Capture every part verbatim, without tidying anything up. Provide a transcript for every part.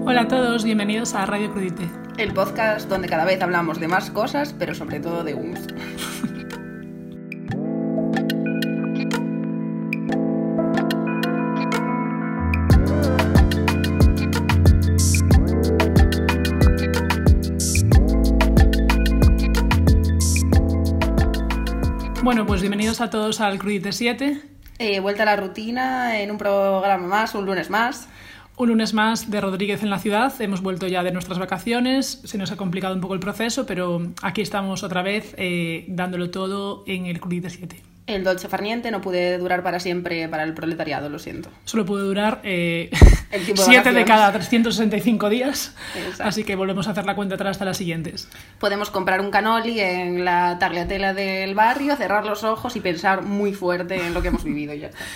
Hola a todos, bienvenidos a Radio Crudité. El podcast donde cada vez hablamos de más cosas, pero sobre todo de hummus. Bueno, pues bienvenidos a todos al Crudité siete. Eh, vuelta a la rutina en un programa más, un lunes más. Un lunes más de Rodríguez en la ciudad. Hemos vuelto ya de nuestras vacaciones. Se nos ha complicado un poco el proceso, pero aquí estamos otra vez eh, dándolo todo en el Crudité siete. El dolce farniente no puede durar para siempre para el proletariado, lo siento. Solo puede durar eh, siete de, de cada trescientos sesenta y cinco días. Exacto. Así que volvemos a hacer la cuenta atrás hasta las siguientes. Podemos comprar un cannoli en la tagliatella del barrio, cerrar los ojos y pensar muy fuerte en lo que hemos vivido y ya está.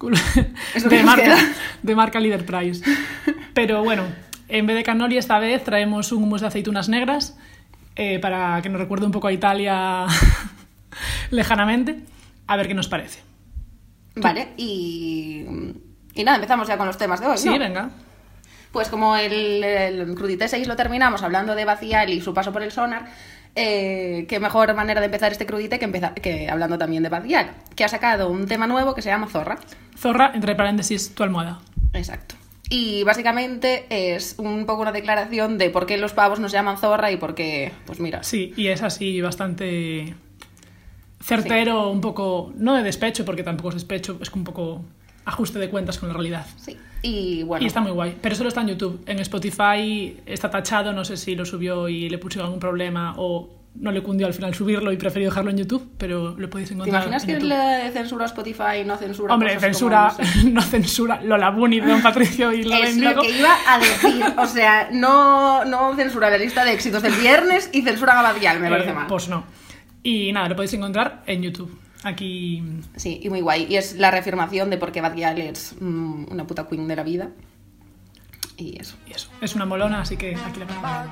De marca, de marca Leader Price. Pero bueno, en vez de cannoli esta vez traemos un hummus de aceitunas negras eh, para que nos recuerde un poco a Italia lejanamente. A ver qué nos parece. Vale, y, y nada, empezamos ya con los temas de hoy, Sí, ¿no? venga. Pues como el, el Crudité seis lo terminamos hablando de Bad Gyal y su paso por el Sonar, eh, qué mejor manera de empezar este Crudité que, empezar, que hablando también de Bad Gyal, que ha sacado un tema nuevo que se llama Zorra. Zorra, entre paréntesis, tu almohada. Exacto. Y básicamente es un poco una declaración de por qué los pavos nos llaman Zorra y por qué, pues mira. Sí, y es así bastante certero, sí. Un poco, no de despecho, porque tampoco es despecho, es un poco ajuste de cuentas con la realidad. Sí, y bueno. Y está muy guay, pero solo está en YouTube. En Spotify está tachado, no sé si lo subió y le puso algún problema o no le cundió al final subirlo y prefirió dejarlo en YouTube, pero lo podéis encontrar. ¿Te imaginas que YouTube. Le censura a Spotify, no censura? Hombre, censura, como, no, sé. no censura Lola Bunny, Don Patricio y Lola Es Indigo. lo que iba a decir, o sea, no, no censura la lista de éxitos del viernes y censura a Bad Gyal, me parece eh, mal. Pues no. Y nada, lo podéis encontrar en YouTube. Aquí. Sí, y muy guay. Y es la reafirmación de por qué Bad Gyal es mmm, una puta queen de la vida. Y eso. Y eso. Es una molona, así que aquí la ponemos.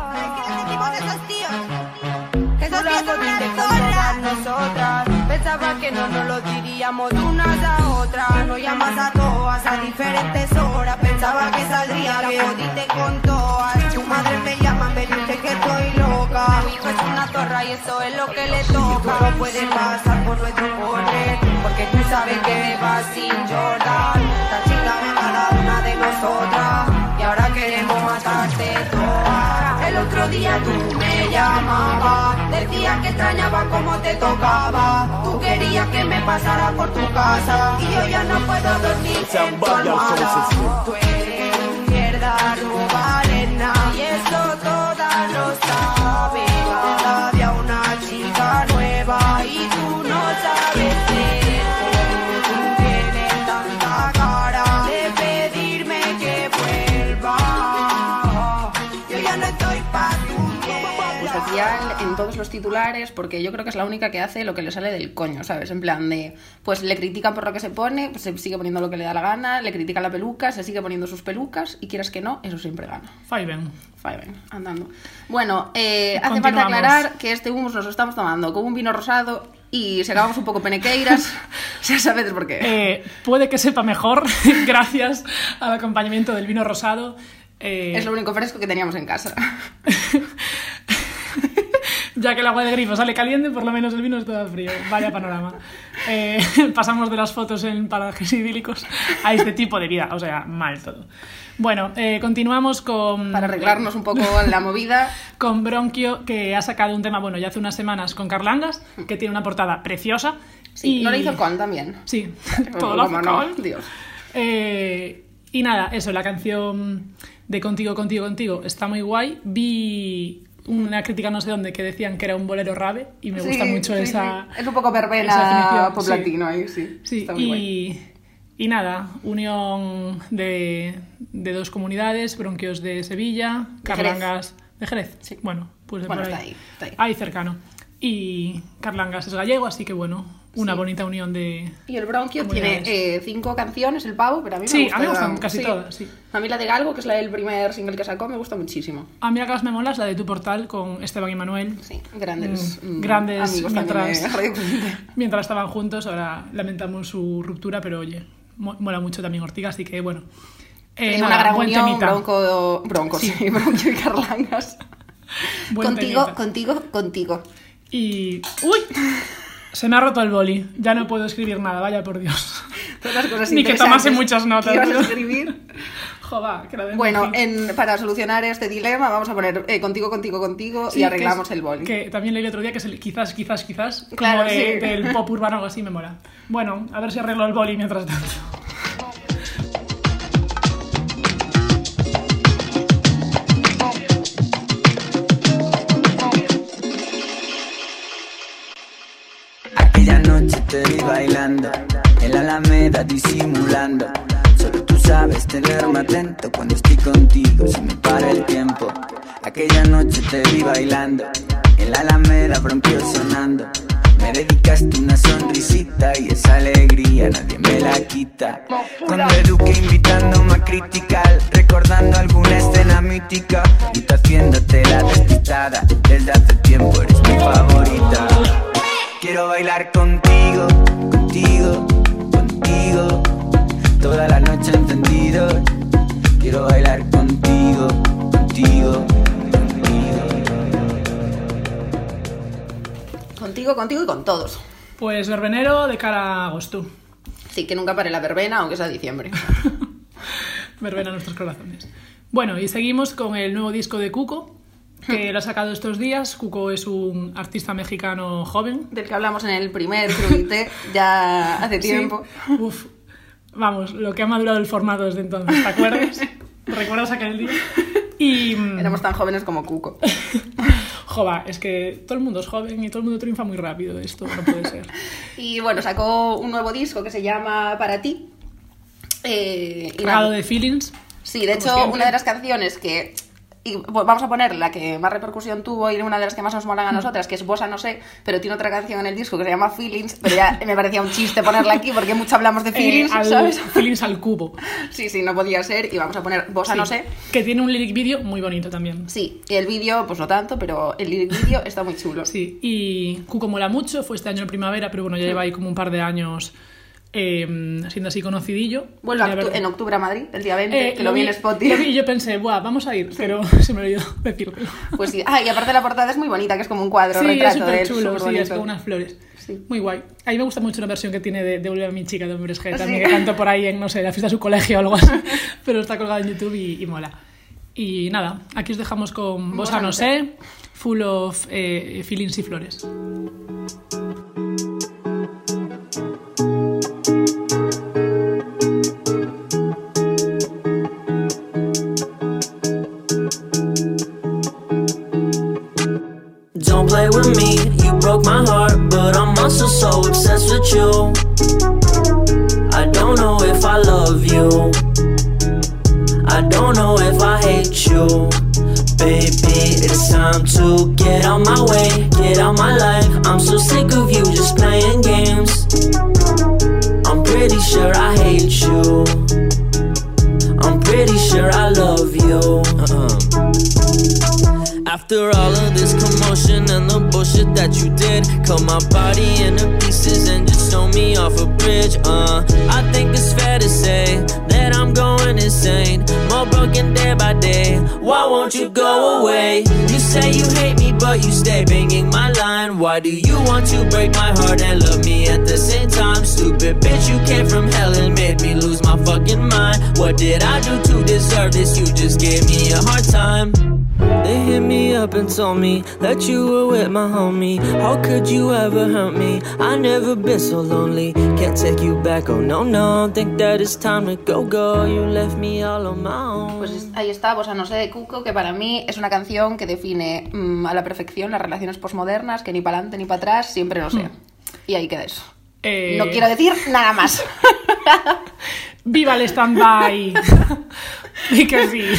Esos días son de todas nosotras. Pensaba que no nos lo diríamos de unas a otras. No llamas a todas a diferentes horas. Pensaba que saldría bien, jodiste con todas. Tu madre me llama, me dice que estoy loca. Mi hijo es una zorra y eso es lo que le toca. No puede pasar por nuestro poder, porque tú sabes que me vas sin Jordan. Esta chica es cada una de nosotras y ahora queremos matarte todas. El otro día tú me llamabas, decías que extrañaba como te tocaba. Tú querías que me pasara por tu casa y yo ya no puedo dormir en tu almohada. Tú eres mierda, no vales nada y eso todas lo saben. Cada día una chica nueva y tú no sabes ser. Tú tienes tanta cara de pedirme que vuelva. Yo ya no estoy pa' tu mierda. Bad Gyal en todos los titulares, porque yo creo que es la única que hace lo que le sale del coño, ¿sabes? En plan de, pues le critican por lo que se pone, pues se sigue poniendo lo que le da la gana, le critican la peluca, se sigue poniendo sus pelucas y quieras que no, eso siempre gana. Fiven. Fiven, andando. Bueno, eh, hace falta aclarar que este hummus nos lo estamos tomando con un vino rosado y si acabamos un poco penequeiras, ya sabes por qué. Eh, puede que sepa mejor gracias al acompañamiento del vino rosado. Eh... Es lo único fresco que teníamos en casa. Ya que el agua de grifo sale caliente, por lo menos el vino es todo frío. Vaya panorama. Eh, pasamos de las fotos en parajes idílicos a este tipo de vida. O sea, mal todo. Bueno, eh, continuamos con... Para arreglarnos un poco la movida. Con Bronquio, que ha sacado un tema, bueno, ya hace unas semanas con Carlangas, que tiene una portada preciosa. Sí, y... ¿no le hizo Con también? Sí, Claro, todo lo hace no? Con. Dios. Eh, y nada, eso, la canción de Contigo, Contigo, Contigo está muy guay. Vi una crítica no sé dónde que decían que era un bolero rave y me sí, gusta mucho sí, esa... Sí. Es un poco verbena pop latino ahí, sí. Sí, está muy y, guay. Y nada, unión de, de dos comunidades, Bronquios de Sevilla, de Carlangas de Jerez. Sí. Bueno, pues de bueno, por ahí. Está ahí, está ahí. Ahí cercano. Y Carlangas es gallego, así que bueno, una sí. bonita unión de... Y el Bronquio tiene eh, cinco canciones, el pavo, pero a mí me sí, gusta. Sí, a mí me gustan la... casi sí. todas, sí. A mí la de Galgo, que es la del primer single que sacó, me gusta muchísimo. A mí la que más me mola es la de Tu Portal con Esteban y Manuel. Sí, grandes, mm, grandes amigos mientras, también. mientras estaban juntos. Ahora lamentamos su ruptura, pero oye, mola mucho también Ortiga, así que bueno. Eh, Eh, nada, una gran buen unión, temita. bronco, broncos, Sí. sí, bronquio y carlangas. Buen Contigo, temita. contigo, contigo. Y... ¡Uy! Se me ha roto el boli. Ya no puedo escribir nada, vaya por Dios. Todas las cosas Ni que interesantes tomase muchas notas. que ibas a pero- escribir. Joder, que la de Bueno, Muji. en, para solucionar este dilema vamos a poner eh, contigo, contigo, contigo Sí, y arreglamos que es- el boli. Que también leí el otro día que es el quizás, quizás, quizás. Como Claro, de- sí. del pop urbano o algo así, me mola. Bueno, a ver si arreglo el boli mientras tanto. Aquella noche te vi bailando en la Alameda disimulando. Solo tú sabes tenerme atento cuando estoy contigo, se me para el tiempo. Aquella noche te vi bailando en la Alameda, bronquio sonando. Me dedicaste una sonrisita y esa alegría nadie me la quita. Cuando eduqué invitándome a criticar, recordando alguna escena mítica, y tú haciéndote la despistada, desde hace tiempo eres mi favorita. Quiero bailar contigo, contigo, contigo, toda la noche encendido. Quiero bailar contigo, contigo, contigo. Contigo, contigo y con todos. Pues verbenero de cara a agosto. Sí, que nunca pare la verbena, aunque sea diciembre. Verbena nuestros corazones. Bueno, y seguimos con el nuevo disco de Cuco, que lo ha sacado estos días. Cuco es un artista mexicano joven. Del que hablamos en el primer Crudite ya hace tiempo. Sí. Uf, vamos, lo que ha madurado el formato desde entonces, ¿te acuerdas? ¿Recuerdas aquel día? Y... Éramos tan jóvenes como Cuco. Jova, es que todo el mundo es joven y todo el mundo triunfa muy rápido. Esto no puede ser. Y bueno, sacó un nuevo disco que se llama Para ti. Eh, y Plagado nada. de feelings. Sí, de como hecho, siempre. una de las canciones que... Y pues vamos a poner la que más repercusión tuvo y una de las que más nos molan a nosotras, que es Bossa No Sé, pero tiene otra canción en el disco que se llama Feelings, pero ya me parecía un chiste ponerla aquí porque mucho hablamos de feelings, Eh, al, ¿sabes? feelings al cubo. Sí, sí, no podía ser y vamos a poner Bossa Sí, No Sé. que tiene un lyric video muy bonito también. Sí, y el vídeo, pues no tanto, pero el lyric vídeo está muy chulo. Sí, y Cuco mola mucho, fue este año en primavera, pero bueno, ya lleva ahí como un par de años eh, siendo así conocidillo. Vuelve Y a a octu- ver- en octubre a Madrid, el día veinte, Eh, que lo vi en Lo Spotify. vi y yo pensé, buah, vamos a ir, pero se me olvidó decírtelo. Pues sí, ah, y aparte la portada es muy bonita, que es como un cuadro, Sí, es retrato de súper él, chulo, sí, superbonito. es con unas flores. Sí. Muy guay. A mí me gusta mucho una versión que tiene de, de Vuelve a mi chica de Hombres G, ¿Ah, también sí? que canto por ahí en, no sé, la fiesta de su colegio o algo así, pero está colgada en YouTube y, y mola. Y nada, aquí os dejamos con Bossa Bossa No No sé, full of eh, feelings y flores. Don't play with me, you broke my heart, but I'm also so obsessed with you. I don't know if I love you, I don't know if I hate you. Baby, it's time to get out my way, get out my life. I'm so sick of you just playing games. I'm pretty sure I hate you, I'm pretty sure I love you. uh-uh. After all of this commotion and the bullshit that you did, cut my body into pieces and just throw me off a bridge. Uh, I think it's fair to say that I'm going insane, more broken day by day. Why won't you go away? You say you hate me, but you stay banging my line. Why do you want to break my heart and love me at the same time? Stupid bitch, you came from hell and made me lose my fucking mind. What did I do to deserve this? You just gave me a hard time. They hit me up and told me that you were with my homie. How could you ever hurt me? I never been so lonely. Can't take you back, oh no, no. Think that it's time to go, go. You left me all on my own. Pues es- ahí está, Bossa No Sé de Cuco, que para mí es una canción que define mm, a la perfección las relaciones posmodernas, que ni para adelante ni para atrás, siempre no sé. Y ahí queda eso. Eh, No quiero decir nada más. ¡Viva el stand-by! Y que sí.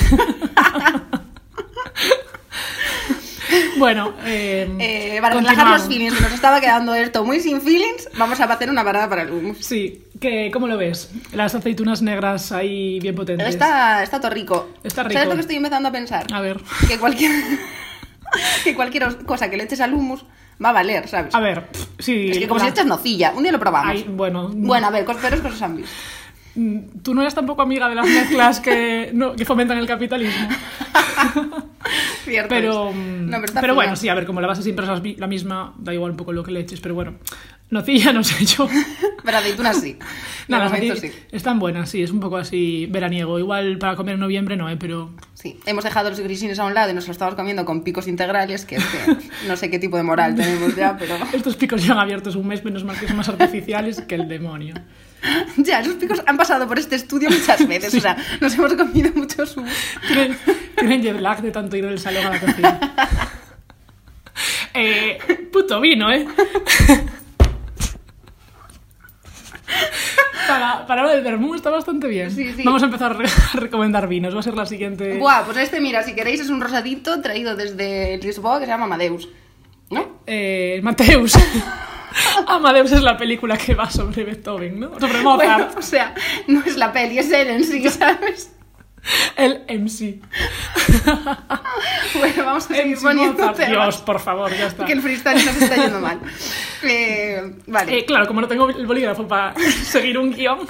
Bueno, eh, Eh, para relajar continuamos. los feelings, que nos estaba quedando esto muy sin feelings, vamos a hacer una parada para el hummus. Sí, que, ¿cómo lo ves? Las aceitunas negras ahí bien potentes. Está, está todo rico. Está rico. ¿Sabes lo que estoy empezando a pensar? A ver. Que cualquier, que cualquier cosa que le eches al hummus va a valer, ¿sabes? A ver, pff, sí. Es que como la- si le echas nocilla. Un día lo probamos. Ay, bueno. Bueno, a ver, cos- peores cosas han visto. Tú no eres tampoco amiga de las mezclas que, no, que fomentan el capitalismo. Cierto Pero, es. No, pero, está pero bueno, fina. sí, a ver, como la base siempre es la misma, da igual un poco lo que le eches, pero bueno. Nocilla no sé yo. Pero aceitunas sí. No, De las momento aceitunas sí. están buenas, sí, es un poco así veraniego. Igual para comer en noviembre no, ¿eh? Pero... Sí, hemos dejado los grisines a un lado y nos lo estamos comiendo con picos integrales, que es que no sé qué tipo de moral tenemos ya, pero... Estos picos llevan abiertos un mes, menos mal que son más artificiales que el demonio. Ya, esos picos han pasado por este estudio muchas veces, Sí. o sea, nos hemos comido muchos humos. Tienen, tienen jet lag de tanto ir del salón a la cocina. Eh, puto vino, ¿eh? Para, para lo del vermú está bastante bien. Sí, sí. Vamos a empezar a, re- a recomendar vinos. Va a ser la siguiente... Buah, pues este, mira, si queréis, es un rosadito traído desde Lisboa que se llama Amadeus, ¿no? Eh, Mateus. Amadeus es la película que va sobre Beethoven, ¿no? Sobre Mozart. Bueno, o sea, no es la peli, es él en sí, ¿sabes? El M C. Bueno, vamos a seguir M C poniendo Mozart. temas, Dios, por favor, ya está. que el freestyle nos está yendo mal. Eh, vale. Eh, claro, como no tengo el bolígrafo para seguir un guión.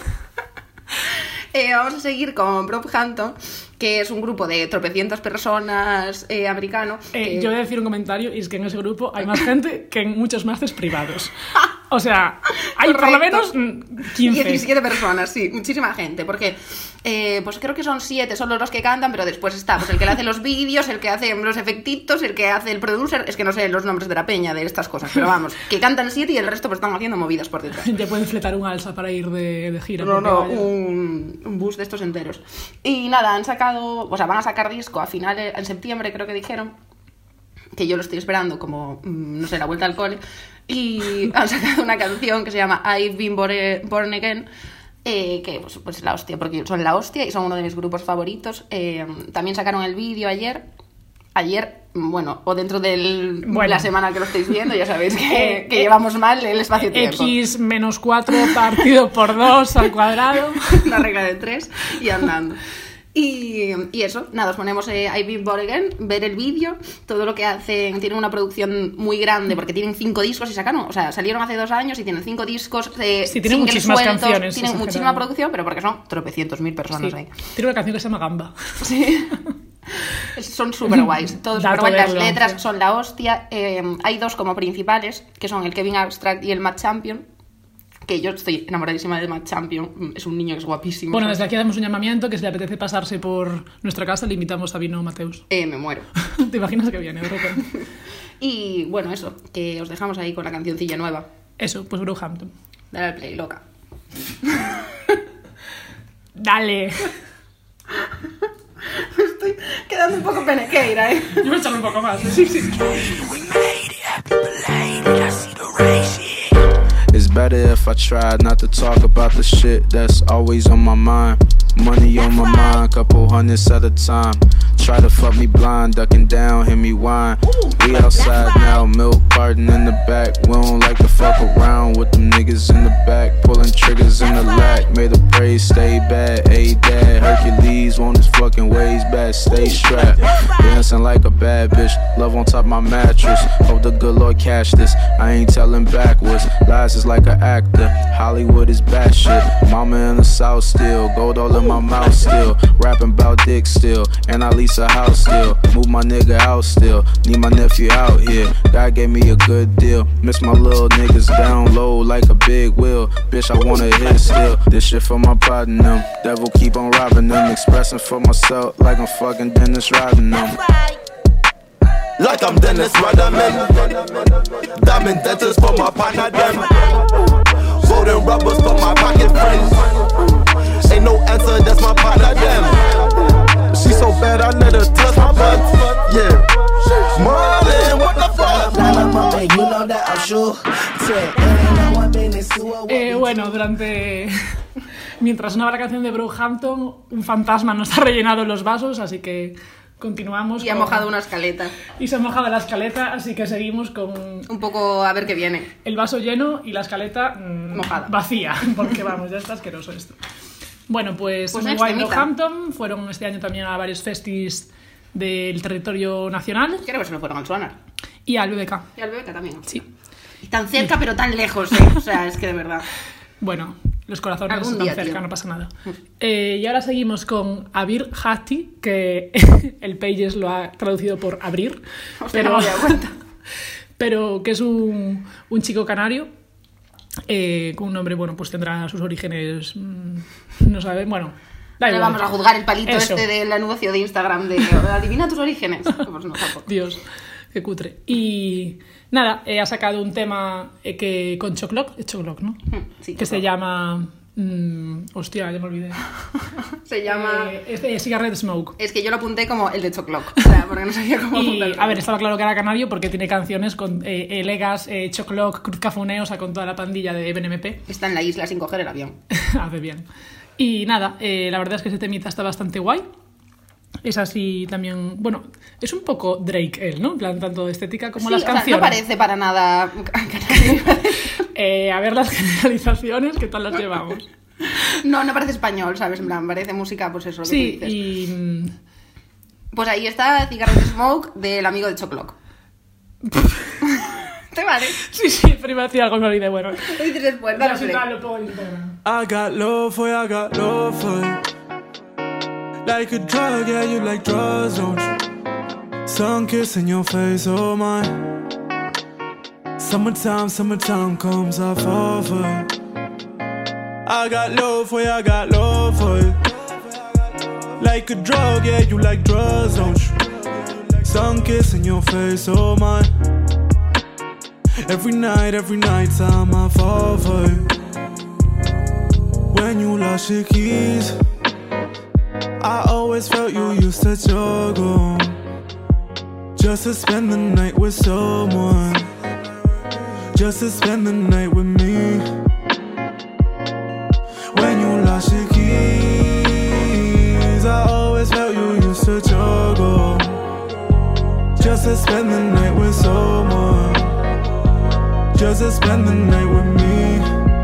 Eh, vamos a seguir con Brockhampton, que es un grupo de tropecientas personas eh, americano. Eh, que- Yo voy a decir un comentario, y es que en ese grupo hay más gente que en muchos másters privados. O sea, hay por lo Correcto. menos mm, quince. diecisiete personas, sí, muchísima gente, porque eh, pues creo que son siete solo los que cantan, pero después está pues el que le hace los vídeos, el que hace los efectitos, el que hace el producer, es que no sé los nombres de la peña de estas cosas, pero vamos, que cantan siete y el resto pues están haciendo movidas por detrás. Ya pueden fletar un alza para ir de, de gira. No, porque no, vaya. un, un bus de estos enteros. Y nada, han sacado, o sea, van a sacar disco a finales, en septiembre creo que dijeron, que yo lo estoy esperando como, mm, no sé, la vuelta al cole, y han sacado una canción que se llama I've Been Born Born Again, eh, que pues, pues la hostia, porque son la hostia y son uno de mis grupos favoritos. Eh, también sacaron el vídeo ayer, ayer, bueno, o dentro de Bueno. la semana que lo estáis viendo, ya sabéis que, que llevamos mal el espacio-tiempo. X menos cuatro partido por dos al cuadrado. Una regla de tres y andando. Y, y eso, nada, os ponemos eh, I've Been Born Again, ver el vídeo, todo lo que hacen, tienen una producción muy grande porque tienen cinco discos y sacaron, o sea, salieron hace dos años y tienen cinco discos, eh, Sí, tienen singles muchísimas sueltos, canciones, tienen exagerado. muchísima producción, pero porque son tropecientos mil personas Sí. ahí. Tiene una canción que se llama Gamba. Sí. Son súper guays, todos Dato súper guays. de Las letras Blanca. son la hostia. Eh, hay dos como principales, que son el Kevin Abstract y el Matt Champion, que yo estoy enamoradísima de Matt Champion, es un niño que es guapísimo. Bueno, desde aquí hacemos un llamamiento que si le apetece pasarse por nuestra casa le invitamos a vino Mateus. Eh, me muero. ¿Te imaginas que viene, Europa? Y bueno, eso, que os dejamos ahí con la cancioncilla nueva. Eso, pues Brockhampton. Dale al play, loca. Dale. Estoy quedando un poco penequeira, ¿eh? Yo voy a echarle un poco más. Sí, sí. It's better if I try not to talk about the shit that's always on my mind. Money on my mind, couple hundreds at a time. Try to fuck me blind, ducking down, hear me whine. We outside now, milk carton in the back. We don't like to fuck around with them niggas in the back. Pulling triggers in the lack, made the praise stay bad. Hey dad, Hercules want his fucking ways back. Stay strapped, dancing like a bad bitch. Love on top my mattress. Hope the good Lord catch this. I ain't telling backwards. Lies is like an actor. Hollywood is bad shit. Mama in the south still. Gold all in my mouth still. Rapping about dick still. And I lease a house still. Move my nigga out still. Need my nephew out here. God gave me a good deal. Miss my little niggas down low like a big wheel. Bitch, I wanna hit still. This shit for my partner them. Devil keep on robbing them. Expressing for myself like I'm fucking Dennis riding them. Like I'm Dennis Rodman. Diamond dentures for my partner them. Golden rubbers for my pocket friends. Ain't no answer, that's my partner them. She so bad I let her touch my butt. Yeah. Marlon, what the fuck? You know that I'm sure. Ain't no one business to a Eh, bueno, durante... Mientras sonaba la canción de Brockhampton, un fantasma nos ha rellenado los vasos, así que continuamos. Y ha con- mojado una escaleta. Y se ha mojado la escaleta, así que seguimos con Un poco a ver qué viene. el vaso lleno y la escaleta mm, Mojada. vacía, porque vamos, ya está asqueroso esto. Bueno, pues, Pues muy next guay temita. Brockhampton, fueron este año también a varios festis del territorio nacional Creo que se me fueron al sonar. y al B B K. Y al Beca también. Sí. Y tan cerca pero tan lejos, ¿eh? O sea, es que de verdad. Bueno, los corazones Algún están día, cerca, tío. no pasa nada. Eh, y ahora seguimos con Abir Hati, que el Pages lo ha traducido por abrir, Hostia, pero, no me había dado cuenta. pero que es un, un chico canario, eh, con un nombre, bueno, pues tendrá sus orígenes, mmm, no saben, bueno... Da No le igual. vamos a juzgar el palito Eso. este del anuncio de Instagram de adivina tus orígenes. Pues no, tampoco. Dios, qué cutre. Y nada, eh, ha sacado un tema eh, que con Choclock, es Choclock, ¿no? Sí, que se Choclock. llama... mm, hostia, ya me olvidé. Se llama... Eh, es de Cigarette Smoke. Es que yo lo apunté como el de Choclock. O sea, porque no sabía cómo Y, apuntarlo. a ver, estaba claro que era canario porque tiene canciones con eh, Elegas, eh, Choclock, Cruz Cafoneo, o sea, con toda la pandilla de B N M P. Está en la isla sin coger el avión. Hace bien. Y nada, eh, la verdad es que ese temita está bastante guay. Es así también... Bueno, es un poco Drake él, ¿no? En plan, tanto estética como Sí, las o sea, canciones. no parece para nada canario. Eh, a ver las generalizaciones, ¿qué tal las llevamos? No, no parece español, ¿sabes? En plan, parece música, pues eso, lo que Sí, tú dices. y... mm, Pues ahí está Cigarette Smoke del amigo de Choclock. ¿Te vale? Sí, sí, pero iba a decir algo y me olvidé, bueno. Lo dices después, Ya, dale sí, play. tal, lo pongo en Instagram. I got love for you, I got love for you. Like a drug, yeah, you like drugs, don't you? Sun kiss in your face, oh my. Summertime, summertime comes, I fall for you. I got love for you, I got love for you. Like a drug, yeah, you like drugs, don't you? Sun kiss in your face, oh my. Every night, every night time I fall for you. When you lost your keys, I always felt you used to juggle just to spend the night with someone, just to spend the night with me. When you lost your keys, I always felt you used to juggle just to spend the night with someone, just to spend the night with me.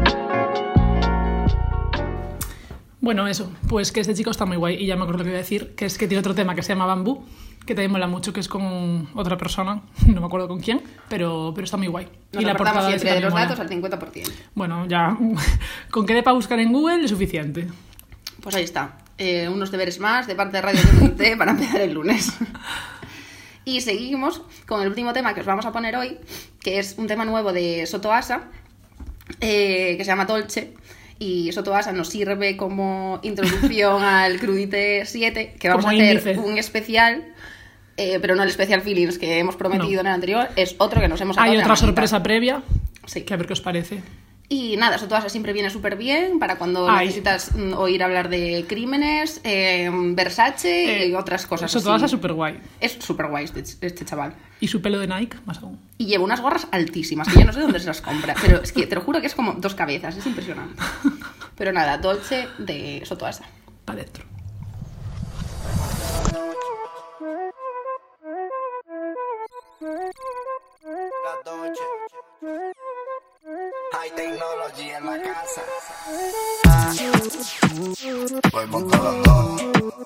Bueno, eso, pues que este chico está muy guay y ya me acuerdo lo que iba a decir, que es que tiene otro tema que se llama Bambú, que también mola mucho, que es con otra persona, no me acuerdo con quién, pero, pero está muy guay. Nos y la acordamos portada siempre esa de los también mola. datos al cincuenta por ciento. Bueno, ya, con que dé para buscar en Google es suficiente. Pues ahí está. Eh, unos deberes más de parte de Radio Comunité para empezar el lunes. Y seguimos con el último tema que os vamos a poner hoy, que es un tema nuevo de Soto Asa, eh, que se llama Dolce. Y Soto Asa nos sirve como introducción al Crudite siete, que vamos Como a hacer índice. un especial, eh, pero no el especial Feelings que hemos prometido No. en el anterior, es otro que nos hemos sacado Hay de la otra manita. sorpresa previa, Sí. que a ver qué os parece. Y nada, Soto Asa siempre viene súper bien para cuando Ay. necesitas mm, oír hablar de crímenes, eh, Versace y Eh, otras cosas Soto así. Asa es súper guay. Es súper guay este, este chaval. Y su pelo de Nike, más aún. Y lleva unas gorras altísimas, que yo no sé dónde se las compra, pero es que te lo juro que es como dos cabezas, es impresionante. Pero nada, Dolce de Soto Asa. Para dentro. High technology en la casa. Ah, voy con todos los dos.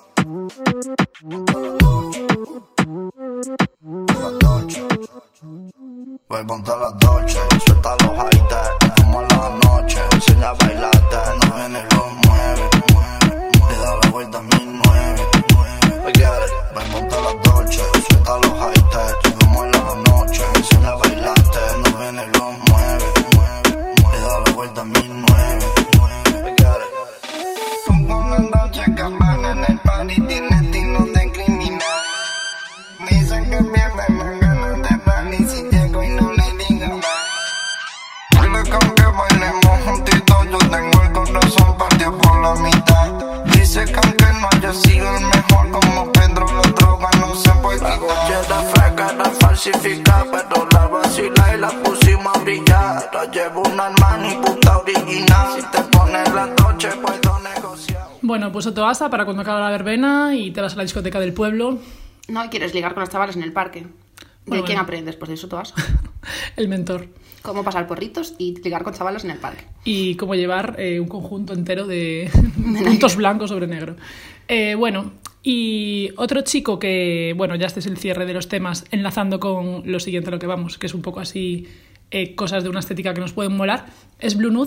Voy con todas las dolces, suelta los high-tech, como a la noche, enseña a bailarte, no viene y lo mueve, mueve, le da la vuelta a mil nueve, nueve, I get it. Voy con todas las dolces, suelta los high-tech, como a la noche, enseña a bailarte, no viene y lo mueve, mueve, le da la vuelta a mil nueve, nueve, I get it. Pongo una noche cabana en el party, tiene estilo de criminal, me dicen que bien me dan ganas de party, si llego y no le digo nada. Dile con que bailemos juntitos, yo tengo el corazón partido por la mitad. Dice que aunque no haya sido el mejor, como Pedro la droga no se puede quitar. La coche era fresca, era falsificada, pero la vacila y la pusimos a brillar. La llevo una Armani puta original, si te pones la noche puedo negociar. Bueno, pues Soto Asa para cuando acaba la verbena y te vas a la discoteca del pueblo. No, y quieres ligar con los chavales en el parque. ¿De Bueno, quién bueno. aprendes? Pues de Soto Asa. El mentor. Cómo pasar porritos y ligar con chavales en el parque. Y cómo llevar eh, un conjunto entero de puntos blancos sobre negro. Eh, bueno, y otro chico que, bueno, ya este es el cierre de los temas, enlazando con lo siguiente a lo que vamos, que es un poco así eh, cosas de una estética que nos pueden molar, es Blue Nude,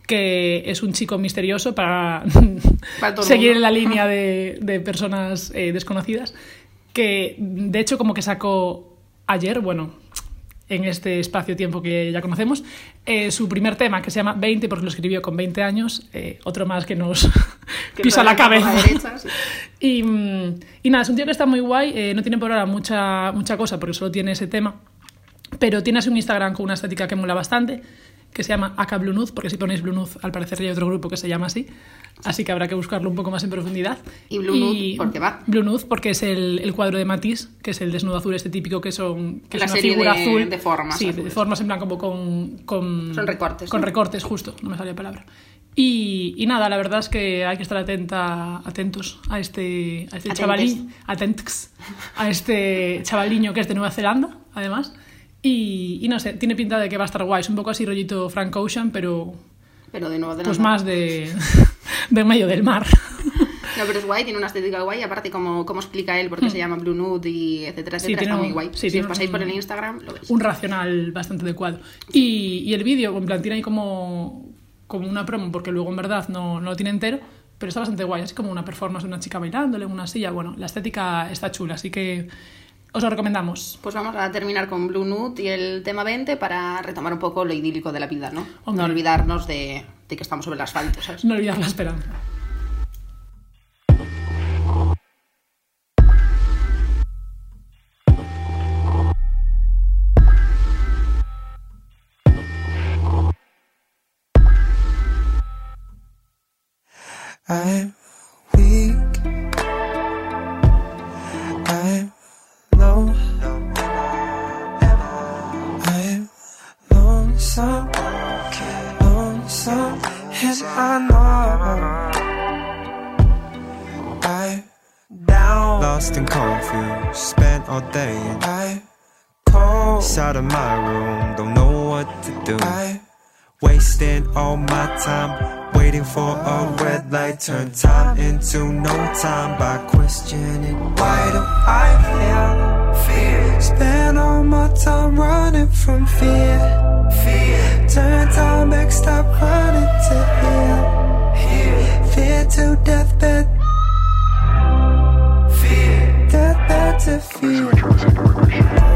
que es un chico misterioso para, para seguir en la línea de, de personas eh, desconocidas, que de hecho como que sacó ayer, bueno, en este espacio-tiempo que ya conocemos, eh, su primer tema, que se llama veinte, porque lo escribió con veinte años, eh, otro más que nos que pisa la cabeza. La derecha, sí. y, y nada, es un tío que está muy guay, eh, no tiene por ahora mucha, mucha cosa, porque solo tiene ese tema, pero tiene así un Instagram con una estética que mola bastante, que se llama Aka Blue Nude, porque si ponéis Blue Nude, al parecer ya hay otro grupo que se llama así, así que habrá que buscarlo un poco más en profundidad. Y Blue Nude, ¿por qué va? Blue Nude, porque es el, el cuadro de Matisse, que es el desnudo azul este típico que, son, que la es una serie figura de, azul. de formas. Sí, azules. de formas en plan como con... con son recortes. Con ¿no? recortes, justo, no me salía la palabra. Y, y nada, la verdad es que hay que estar atenta, atentos a este, a este chavalín, atents, a este chavaliño que es de Nueva Zelanda, además. Y, y no sé, tiene pinta de que va a estar guay. Es un poco así rollito Frank Ocean, pero... Pero de Nueva Zelanda. Pues más de... de medio del mar. No, pero es guay, tiene una estética guay. Aparte, como, como explica él por qué mm. se llama Blue Nude y etcétera, etcétera, sí, está un, muy guay. Sí, si os un, pasáis por el Instagram, lo veis. Un racional bastante adecuado. Y, y el vídeo, en plan, tiene ahí como, como una promo, porque luego en verdad no, no lo tiene entero, pero está bastante guay. Así como una performance de una chica bailándole en una silla. Bueno, la estética está chula, así que... os lo recomendamos. Pues vamos a terminar con Blue Nude y el tema veinte para retomar un poco lo idílico de la vida, ¿no? Hombre. No olvidarnos de, de que estamos sobre el asfalto, ¿sabes? No olvidar la esperanza. I'm weak. I'm low. I'm lonesome, lonesome, and I know I'm down, lost and confused, spent all day and I cold inside of my room, don't know what to do. I wasting all my time waiting for a red light, turn time into no time by questioning why do I feel fear? Spend all my time running from fear, fear. Turn time back, stop running to heal, heal. Fear to deathbed, fear, deathbed to fear.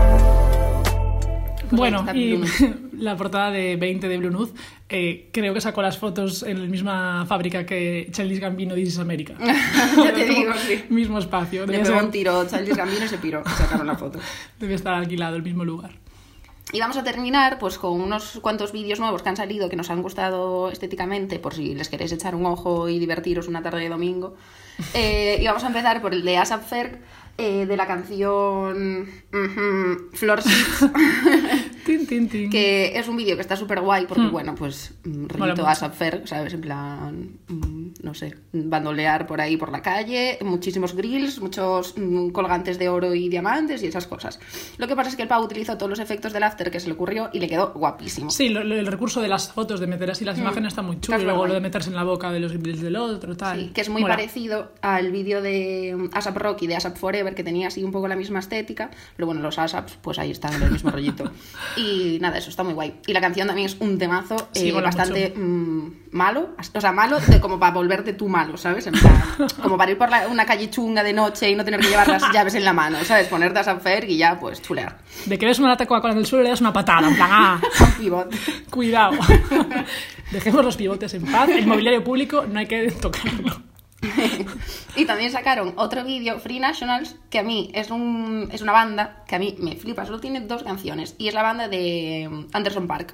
Bueno, y la portada de veinte de Blue Nude, eh, creo que sacó las fotos en la misma fábrica que Childish Gambino de This is America. Ya te digo, sí. Mismo espacio. Le pegó un tiro Childish Gambino y se piró, sacaron la foto. Debe estar alquilado el mismo lugar. Y vamos a terminar pues con unos cuantos vídeos nuevos que han salido que nos han gustado estéticamente, por si les queréis echar un ojo y divertiros una tarde de domingo. Eh, y vamos a empezar por el de A$ap Ferg, eh, de la canción uh-huh, Floor Seats, tin, tin, tin. Que es un vídeo que está súper guay porque, mm. bueno, pues rollito A$ap Ferg, ¿sabes? En plan, mm, no sé, bandolear por ahí por la calle, muchísimos grills, muchos mm, colgantes de oro y diamantes y esas cosas. Lo que pasa es que el Pau utilizó todos los efectos del after que se le ocurrió y le quedó guapísimo. Sí, lo, lo, el recurso de las fotos, de meter así las mm. imágenes está muy chulo, y luego guay. Lo de meterse en la boca de los grills del otro, tal. Sí, que es muy Mola. Parecido al vídeo de A$ap Rocky de A$ap Forever, que tenía así un poco la misma estética, pero bueno, los A$aps pues ahí están en el mismo rollito. Y nada, eso está muy guay. Y la canción también es un temazo, sí, eh, bastante mmm, malo, o sea, malo de como para volverte tú malo, ¿sabes? En plan, como para ir por la, una calle chunga de noche y no tener que llevar las llaves en la mano, ¿sabes? Ponerte A$ap Ferg y ya, pues, chulear. De que ves una lata de Coca-Cola en el suelo le das una patada, en plan, ah, pivote. Cuidado. Dejemos los pivotes en paz, el mobiliario público no hay que tocarlo. Y también sacaron otro vídeo, Free Nationals, que a mí es, un, es una banda que a mí me flipa, solo tiene dos canciones y es la banda de Anderson .Paak.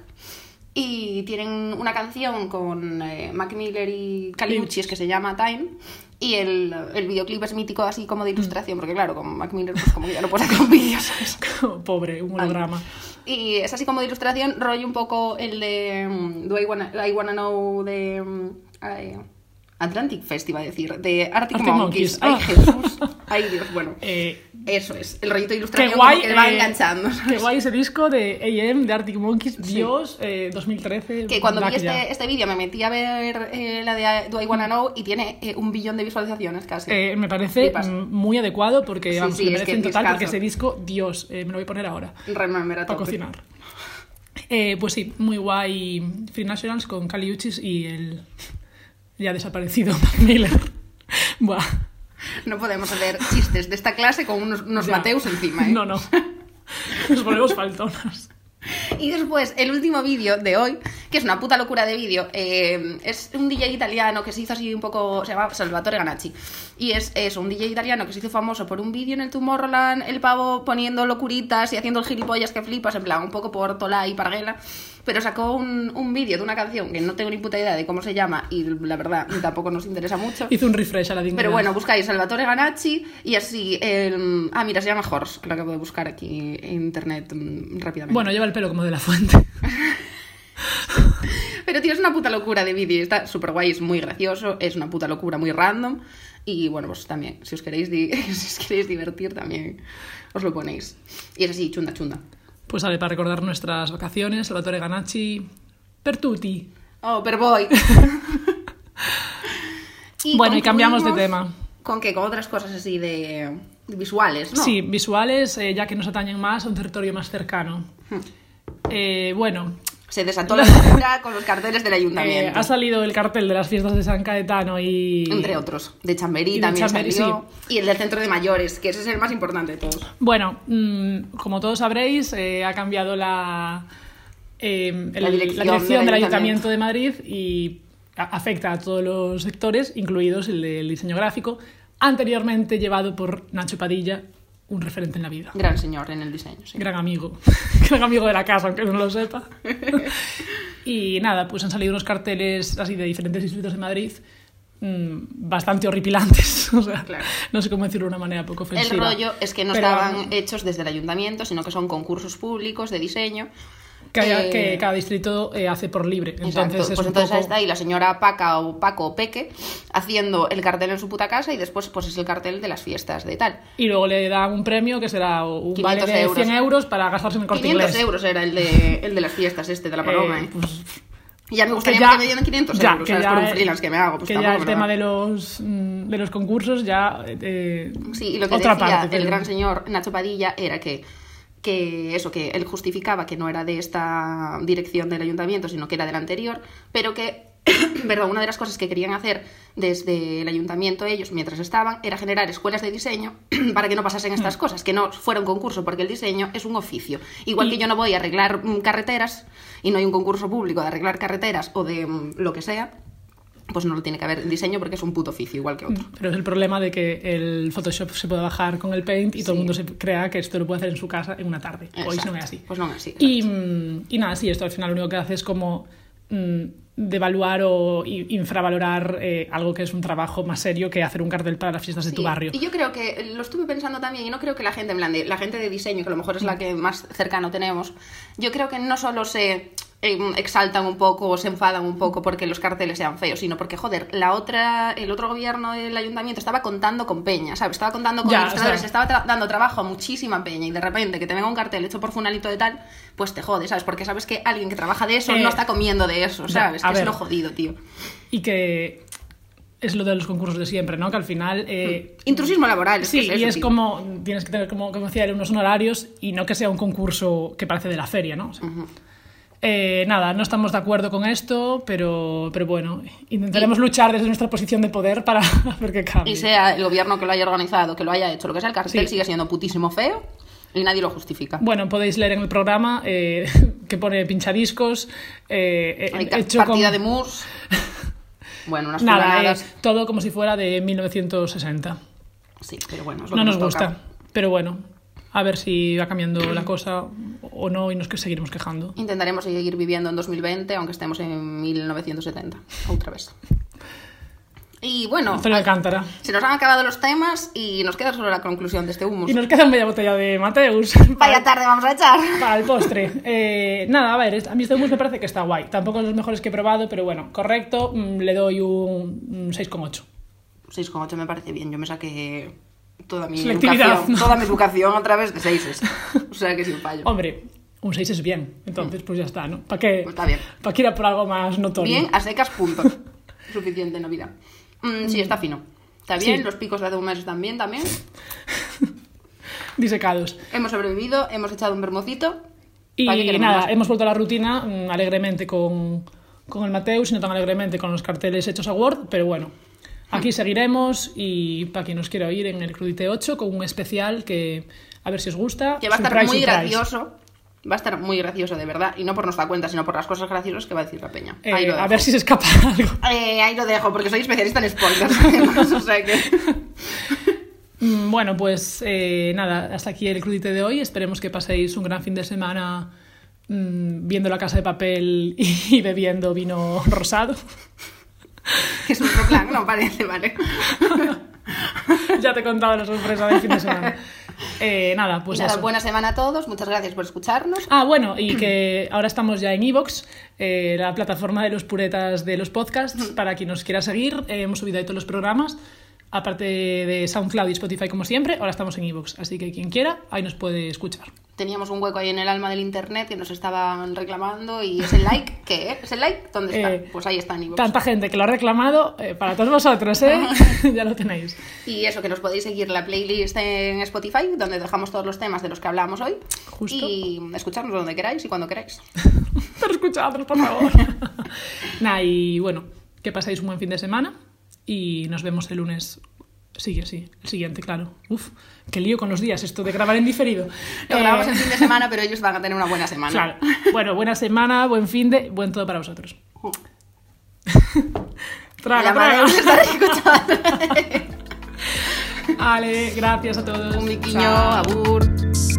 Y tienen una canción con eh, Mac Miller y Kali Uchis que se llama Time. Y el, el videoclip es mítico así como de ilustración, porque claro, con Mac Miller pues como que ya no puedes hacer un vídeo, ¿sabes? Pobre, un holograma. Y es así como de ilustración, rollo un poco el de um, Do I Wanna, I Wanna Know de... Um, I, Atlantic Fest, iba a decir, de Arctic, Arctic Monkeys. Monkeys. Ay, oh. Jesús. Ay, Dios, bueno. Eh, eso es, el rollito de ilustración qué guay, que va eh, enganchando. ¿Sabes? Qué guay ese disco de A M, de Arctic Monkeys, sí. Dios, eh, dos mil trece. Que cuando vi este, este vídeo me metí a ver eh, la de Do I Wanna Know y tiene eh, un billón de visualizaciones casi. Eh, me parece muy adecuado porque, sí, vamos, sí, me merece en total, discazo. Porque ese disco, Dios, eh, me lo voy a poner ahora. Remember a para cocinar. Eh, pues sí, muy guay Free Nationals con Kali Uchis y el ya desaparecido Mac Miller. Buah. No podemos hacer chistes de esta clase con unos, unos Ya. Mateus encima, ¿eh? No, no. Nos ponemos faltonas. Y después, el último vídeo de hoy, que es una puta locura de vídeo, eh, es un D J italiano que se hizo así un poco, se llama Salvatore Ganacci, y es, es un D J italiano que se hizo famoso por un vídeo en el Tomorrowland, el pavo poniendo locuritas y haciendo el gilipollas que flipas, en plan, un poco por Tolá y Parguela, pero sacó un, un vídeo de una canción que no tengo ni puta idea de cómo se llama, y la verdad, tampoco nos interesa mucho. Hizo un refresh a la dignidad. Pero bueno, buscáis Salvatore Ganacci y así, el... ah, mira, se llama Horse, que lo acabo de buscar aquí en internet mm, rápidamente. Bueno, lleva el pelo como de la fuente. Pero tío, es una puta locura de vídeo, está súper guay, es muy gracioso, es una puta locura muy random. Y bueno, pues también, si os queréis, di- si os queréis divertir, también os lo ponéis. Y es así, chunda, chunda. Pues sale para recordar nuestras vacaciones, Salvatore Ganacci, per tutti. Oh, pero voy. Bueno, y cambiamos de concluimos tema. ¿Con qué? Con otras cosas así de visuales, ¿no? Sí, visuales, eh, ya que nos atañen más a un territorio más cercano. Hmm. Eh, bueno, Se desató la locura con los carteles del eh, ayuntamiento. ha salido el cartel de las fiestas de San Caetano y... Entre otros. De Chamberí Y de también Chamberí, salió. Y el del centro de mayores, que ese es el más importante de todos. Bueno, mmm, como todos sabréis, eh, ha cambiado la, eh, el- La dirección la dirección del del Ayuntamiento de Madrid y a- afecta a todos los sectores, incluidos el del diseño gráfico, anteriormente llevado por Nacho Padilla, un referente en la vida. Gran señor en el diseño, sí. Gran amigo, gran amigo de la casa, aunque no lo sepa. Y nada, pues han salido unos carteles así de diferentes distritos de Madrid mmm, bastante horripilantes. O sea, Claro. no sé cómo decirlo de una manera poco El ofensiva. rollo es que no Pero, estaban hechos desde el ayuntamiento, sino que son concursos públicos de diseño. que, haya- Eh, que cada distrito eh, hace por libre. Entonces Exacto, es pues un entonces poco... está ahí la señora Paca o Paco o Peque haciendo el cartel en su puta casa y después pues es el cartel de las fiestas de tal. Y luego le dan un premio que será un vale quinientos de euros. cien euros para gastarse en el Corte quinientos Inglés. euros era el de, el de las fiestas este, de la paloma, Eh, ¿eh? pues, Y ya me gustaría que que, ya- me dieran quinientos ya, euros, que ¿sabes? ya Por un el- freelance que me hago. Pues que ya tampoco, el tema ¿verdad? de los, mm, de los concursos ya... eh, Sí, y lo que otra decía parte, el pero- gran señor Nacho Padilla era que, que eso, que él justificaba que no era de esta dirección del ayuntamiento, sino que era del anterior, pero que, perdón, una de las cosas que querían hacer desde el ayuntamiento ellos, mientras estaban, era generar escuelas de diseño para que no pasasen estas cosas, que no fuera un concurso, porque el diseño es un oficio. Igual Y- que yo no voy a arreglar mm, carreteras, y no hay un concurso público de arreglar carreteras o de mm, lo que sea, pues no lo tiene que haber en diseño porque es un puto oficio, igual que otro. Pero es el problema de que el Photoshop se puede bajar con el Paint y todo el mundo se crea que esto lo puede hacer en su casa en una tarde. Hoy Exacto. no es así. Pues no es así. Y, mm, y nada, sí, esto al final lo único que hace es como mm, devaluar o i- infravalorar eh, algo que es un trabajo más serio que hacer un cartel para las fiestas de Sí, tu barrio. Y yo creo que lo estuve pensando también, y no creo que la gente, en plan, de, la gente de diseño, que a lo mejor es la que más cercano tenemos, yo creo que no solo se eh, exaltan un poco o se enfadan un poco porque los carteles sean feos, sino porque, joder, la otra, el otro gobierno del ayuntamiento estaba contando con peña, ¿sabes? Estaba contando con Ya, ilustradores, o sea- estaba tra- dando trabajo a muchísima peña, y de repente que te venga un cartel hecho por funalito de tal, pues te jode, ¿sabes? Porque sabes que alguien que trabaja de eso Eh, no está comiendo de eso, ya, ¿sabes? a Que es ver. lo jodido, tío. Y que es lo de los concursos de siempre, ¿no? Que al final... eh, Intrusismo laboral, es Sí, que es y eso, es tío. como, tienes que tener, como, como decía, unos honorarios y no que sea un concurso que parece de la feria, ¿no? O sea, eh, nada, no estamos de acuerdo con esto, pero, pero bueno, intentaremos Y- luchar desde nuestra posición de poder para ver qué cambia. Y sea el gobierno que lo haya organizado, que lo haya hecho, lo que sea, el cartel Sí. sigue siendo putísimo feo y nadie lo justifica. Bueno, podéis leer en el programa eh, que pone pinchadiscos, eh, Hay eh, ca- hecho partida con... de mus. Bueno, unas Nada, fulanadas. eh, todo como si fuera de mil novecientos sesenta. Sí, pero bueno, es lo No que nos toca. gusta, pero bueno, a ver si va cambiando la cosa o no y nos que seguiremos quejando. Intentaremos seguir viviendo en dos mil veinte, aunque estemos en mil novecientos setenta, otra vez. Y bueno, Antonio Alcántara. se nos han acabado los temas y nos queda solo la conclusión de este humus. Y nos queda media botella de Mateus. Vaya tarde vamos a echar. Para el postre. Eh, nada, a ver, a mí este hummus me parece que está guay. Tampoco es los mejores que he probado, pero bueno, correcto. mm, Le doy un, un seis coma ocho. seis coma ocho me parece bien, yo me saqué toda mi Selectividad, educación, ¿no? toda mi educación a través de seises. O sea que sin fallo. Hombre, un seis es bien. Entonces, pues ya está, ¿no? ¿Para qué? Pues está bien. ¿Para qué ir a por algo más notorio? Bien, a secas, punto. Suficiente en la vida. Mm, sí, está fino. Está bien, Sí. los picos de hace un mes están bien también. Disecados. Hemos sobrevivido, hemos echado un vermocito Y Vale, nada, más. hemos vuelto a la rutina mmm, alegremente con, con el Mateus, y no tan alegremente con los carteles hechos a Word, pero bueno, aquí seguiremos y para quien nos quiera oír en el Crudite ocho con un especial que a ver si os gusta. Que va a estar Surprise, muy surprise. gracioso. Va a estar muy gracioso, de verdad. Y no por nuestra cuenta, sino por las cosas graciosas que va a decir la peña. Eh, Ahí lo a dejo. ver si se escapa algo. Eh, ahí lo dejo, porque soy especialista en spoilers. Además, o sea que... Mm, Bueno, pues eh, nada, hasta aquí el Crudite de hoy. Esperemos que paséis un gran fin de semana mmm, viendo La Casa de Papel y bebiendo vino rosado. Que es nuestro plan, no parece, vale. Ya te he contado la sorpresa del fin de semana. Eh, nada, pues Y nada, eso. buena semana a todos. Muchas gracias por escucharnos. Ah, bueno, y que ahora estamos ya en iVoox, eh, la plataforma de los puretas de los podcasts, para quien nos quiera seguir. Eh, hemos subido ahí todos los programas, aparte de SoundCloud y Spotify como siempre, ahora estamos en iVoox, así que quien quiera, ahí nos puede escuchar. Teníamos un hueco ahí en el alma del internet que nos estaban reclamando. ¿Y ese like qué? ¿Ese like dónde está? Eh, Pues ahí está en iVoox. Tanta gente que lo ha reclamado, eh, para todos vosotros, ¿eh? Ya lo tenéis. Y eso, que nos podéis seguir la playlist en Spotify, donde dejamos todos los temas de los que hablamos hoy. Justo. Y escucharnos donde queráis y cuando queráis. Pero escuchadnos, por favor. Nah, y bueno, que pasáis un buen fin de semana y nos vemos el lunes. Sigue, sí, el siguiente, claro. Uf, qué lío con los días esto de grabar en diferido. Lo Eh, grabamos en fin de semana, pero ellos van a tener una buena semana. Claro. Bueno, buena semana, buen fin de, buen todo para vosotros. Traga, La madre traga. nos está escuchando. Vale, gracias a todos. Un biquiño, Chao. abur.